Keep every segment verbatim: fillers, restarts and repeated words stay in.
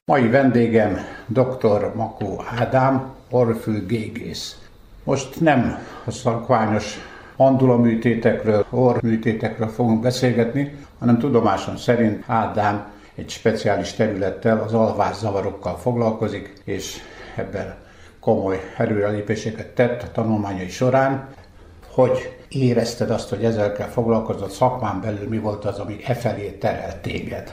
Mai vendégem dr. Makó Ádám, orrfülgégész. Most nem a szakványos mandulaműtétekről, orrműtétekről fogunk beszélgetni, hanem tudomásom szerint Ádám egy speciális területtel, az alvászavarokkal foglalkozik, és ebben komoly előrelépéseket tett a tanulmányai során. Hogy érezted azt, hogy ezzel kell foglalkoznod szakmán belül, mi volt az, ami e felé terelt téged?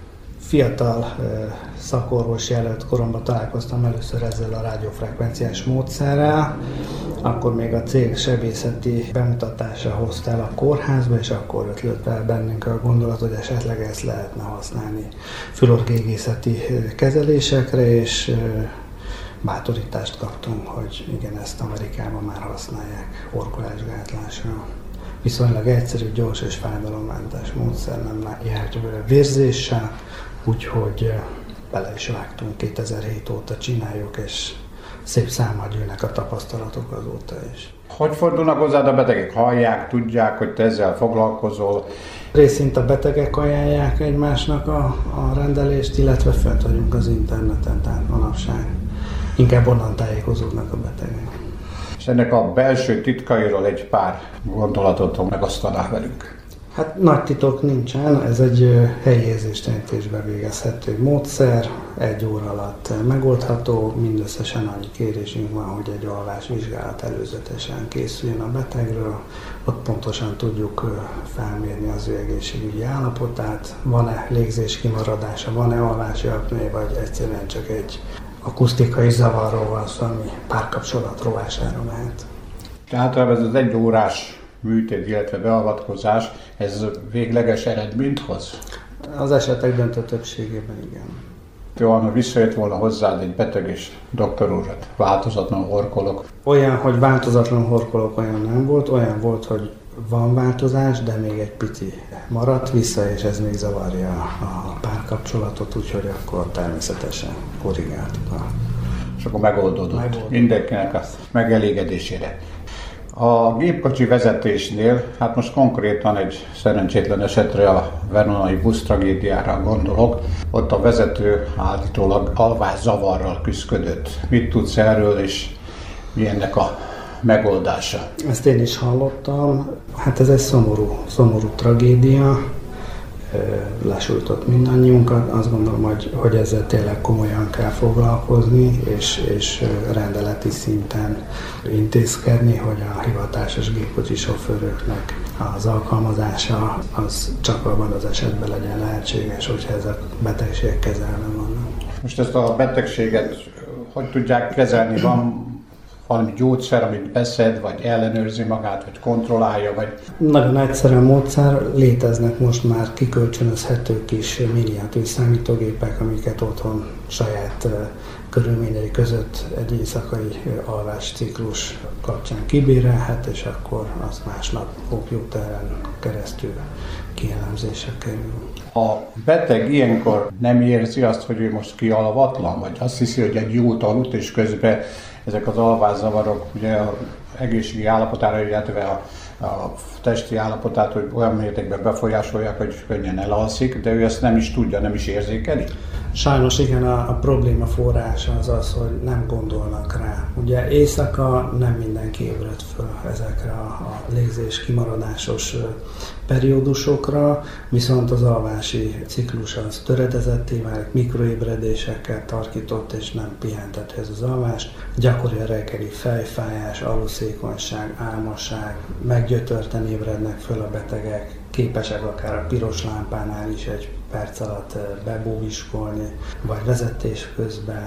Fiatal szakorvos jelölt koromban találkoztam először ezzel a rádiófrekvenciás módszerrel, akkor még a cég sebészeti bemutatása hozta el a kórházba, és akkor ötlött fel bennünk a gondolat, hogy esetleg ezt lehetne használni fülorrgégészeti kezelésekre, és bátorítást kaptunk, hogy igen, ezt Amerikában már használják horkolásgátlásra. Viszonylag egyszerű, gyors és fájdalommentes módszer, nem járt vérzéssel, úgyhogy bele is vágtunk, kétezer-hét óta csináljuk, és szép számmal gyűlnek a tapasztalatok azóta is. Hogy fordulnak hozzád a betegek? Hallják, tudják, hogy te ezzel foglalkozol? Részint a betegek ajánlják egymásnak a, a rendelést, illetve fönt vagyunk az interneten, tehát manapság inkább onnan tájékozódnak a betegek. És ennek a belső titkairól egy pár gondolatot megosztanál velünk. Hát nagy titok nincsen, ez egy helyi érzéstelenítésbe végezhető módszer, egy óra alatt megoldható, mindösszesen annyi kérésünk van, hogy egy alvásvizsgálat előzetesen készüljön a betegről, ott pontosan tudjuk felmérni az ő egészségügyi állapotát, van-e légzés kimaradása, van-e alvási apné, vagy egyszerűen csak egy akusztikai zavarról van szó, ami párkapcsolat rovására mehet. Tehát ez az egy órás műtét, illetve beavatkozás, ez végleges eredményt hoz? Az esetek döntő többségében igen. Jó, ha visszajött volna hozzád egy beteg és doktor úr, változatlan horkolok. Olyan, hogy változatlan horkolok, olyan nem volt, olyan volt, hogy van változás, de még egy pici maradt vissza, és ez még zavarja a párkapcsolatot, úgyhogy akkor természetesen korrigáltuk. És akkor megoldódott, megoldódott. Mindenkinek a megelégedésére. A gépkocsi vezetésnél, hát most konkrétan egy szerencsétlen esetre, a vernonai busz tragédiára gondolok, ott a vezető állítólag alvászavarral küszködött. Mit tudsz erről, és mi ennek a megoldása? Ezt én is hallottam. Hát ez egy szomorú, szomorú tragédia. Lesújtott mindannyiunkat. Azt gondolom, hogy, hogy ezzel tényleg komolyan kell foglalkozni, és, és rendeleti szinten intézkedni, hogy a hivatásos gépkocsi sofőröknek az alkalmazása az csak abban az esetben legyen lehetséges, hogyha ezek betegségek kezelve vannak. Most ezt a betegséget hogy tudják kezelni? Van valami gyógyszer, amit beszed, vagy ellenőrzi magát, vagy kontrollálja, vagy... Nagyon egyszerű módszer, léteznek most már kikölcsönözhető kis miniatűr számítógépek, amiket otthon saját uh, körülményei között egy éjszakai uh, alvásciklus kapcsán kibérelhet, és akkor azt másnap komputeren keresztül kielemzésre kerül. A beteg ilyenkor nem érzi azt, hogy ő most kialvatlan, vagy azt hiszi, hogy egy jót aludt, és közben ezek az alvászavarok ugye az egészségi állapotára, illetve a, a testi állapotát, hogy olyan mértékben befolyásolják, hogy könnyen elalszik, de ő ezt nem is tudja, nem is érzékeli? Sajnos igen, a, a probléma forrása az az, hogy nem gondolnak rá. Ugye éjszaka nem mindenki ébred föl ezekre a, a légzés kimaradásos periódusokra, viszont az alvási ciklus az töredezetté válik, mikroébredésekkel tarkított és nem pihentető ez az alvás. Gyakori a reggeli fejfájás, aluszékonyság, álmosság, meggyötörten ébrednek föl a betegek, képesek akár a piros lámpánál is egy perc alatt bebóviskolni, vagy vezetés közben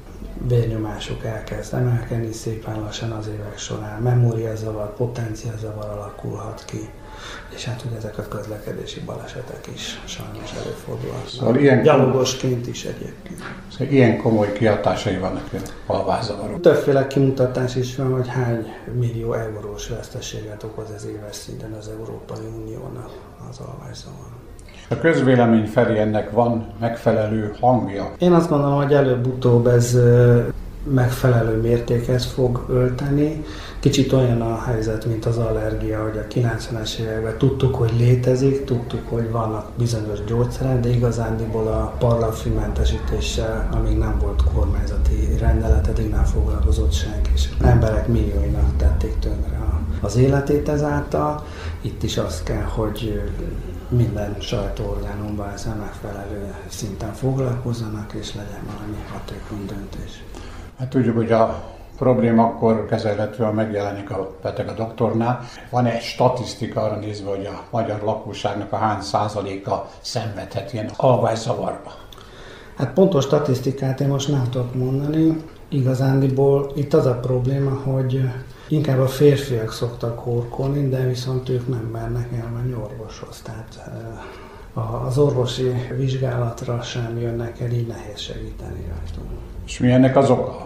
vérnyomásuk elkezd emelkedni szépen lassan az évek során, memóriazavar, potenciazavar alakulhat ki, és hát ugye ezek a közlekedési balesetek is sajnos előfordulhatnak. Szóval ilyen gyalogosként is egyébként. Szóval ilyen komoly kihatásai vannak a alvászavarok. Többféle kimutatás is van, hogy hány millió eurós veszteséget okoz ez éves szinten az Európai Uniónak az alvászavar. A közvélemény felé ennek van megfelelő hangja? Én azt gondolom, hogy előbb-utóbb ez megfelelő mértéket fog ölteni. Kicsit olyan a helyzet, mint az allergia, hogy a kilencvenes években tudtuk, hogy létezik, tudtuk, hogy vannak bizonyos gyógyszerek, de igazándiból a parlagfűmentesítéssel, amíg nem volt kormányzati rendelet, eddig nem foglalkozott senki, és emberek millióinak tették tönkre az életét ezáltal. Itt is az kell, hogy minden sajtóorgánumban ezzel megfelelő szinten foglalkozzanak, és legyen valami hatékony döntés. Hát tudjuk, hogy a probléma akkor kezelhetően megjelenik a beteg a doktornál. Van egy statisztika arra nézve, hogy a magyar lakosságnak a hány százaléka szenvedhet ilyen alvászavarba? Hát pontos statisztikát én most nem tudok mondani. Igazándiból itt az a probléma, hogy inkább a férfiak szoktak horkolni, de viszont ők nem mernek elmenni orvoshoz. Tehát az orvosi vizsgálatra sem jönnek el, így nehéz segíteni rajtunk. És mi ennek az oka?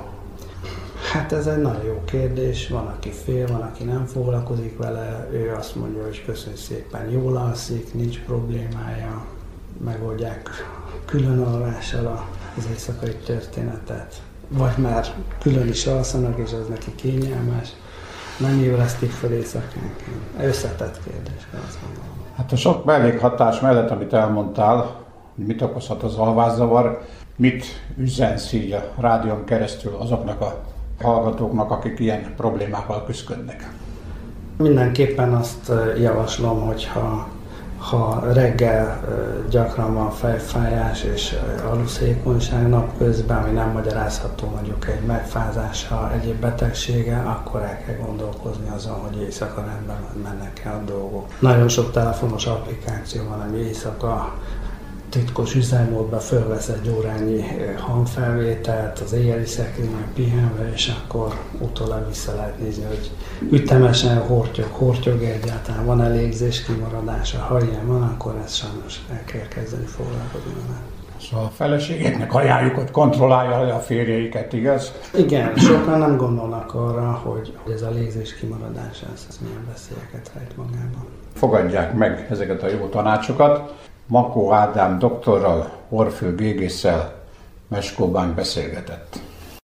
Hát ez egy nagyon jó kérdés. Van, aki fél, van, aki nem foglalkozik vele. Ő azt mondja, hogy köszönjük szépen, jól alszik, nincs problémája. Megoldják külön alvással az éjszakai történetet. Vagy már külön is alszanak, és az neki kényelmes. Nem ébresztik fel éjszakánként. Összetett kérdés, azt mondom. Hát a sok mellékhatás mellett, amit elmondtál, mit okozhat az alvászavar, mit üzensz így a rádión keresztül azoknak a hallgatóknak, akik ilyen problémával küzdködnek? Mindenképpen azt javaslom, hogyha ha reggel gyakran van fejfájás és aluszékonyság napközben, ami nem magyarázható mondjuk egy megfázással, egyéb betegsége, akkor el kell gondolkozni azon, hogy éjszaka rendben mennek el a dolgok. Nagyon sok telefonos applikáció van, ami éjszaka titkos üzemmódban fölvesz egy órányi hangfelvételt, az éjjeli szekrényen pihenve, és akkor utólag vissza lehet nézni, hogy ütemesen hortyog, hortyog egyáltalán, van elégzés kimaradása. Ha ilyen van, akkor ezt sajnos el kell kezdeni foglalkozni vele. Szóval a feleségeknek ajánljuk, hogy kontrollálja a férjeiket, igaz? Igen, sokan nem gondolnak arra, hogy ez a légzés kimaradás, ez, ez milyen veszélyeket rejt magában. Fogadják meg ezeket a jó tanácsokat. Makó Ádám doktorral, orrfülgégésszel Meskó Bank beszélgetett.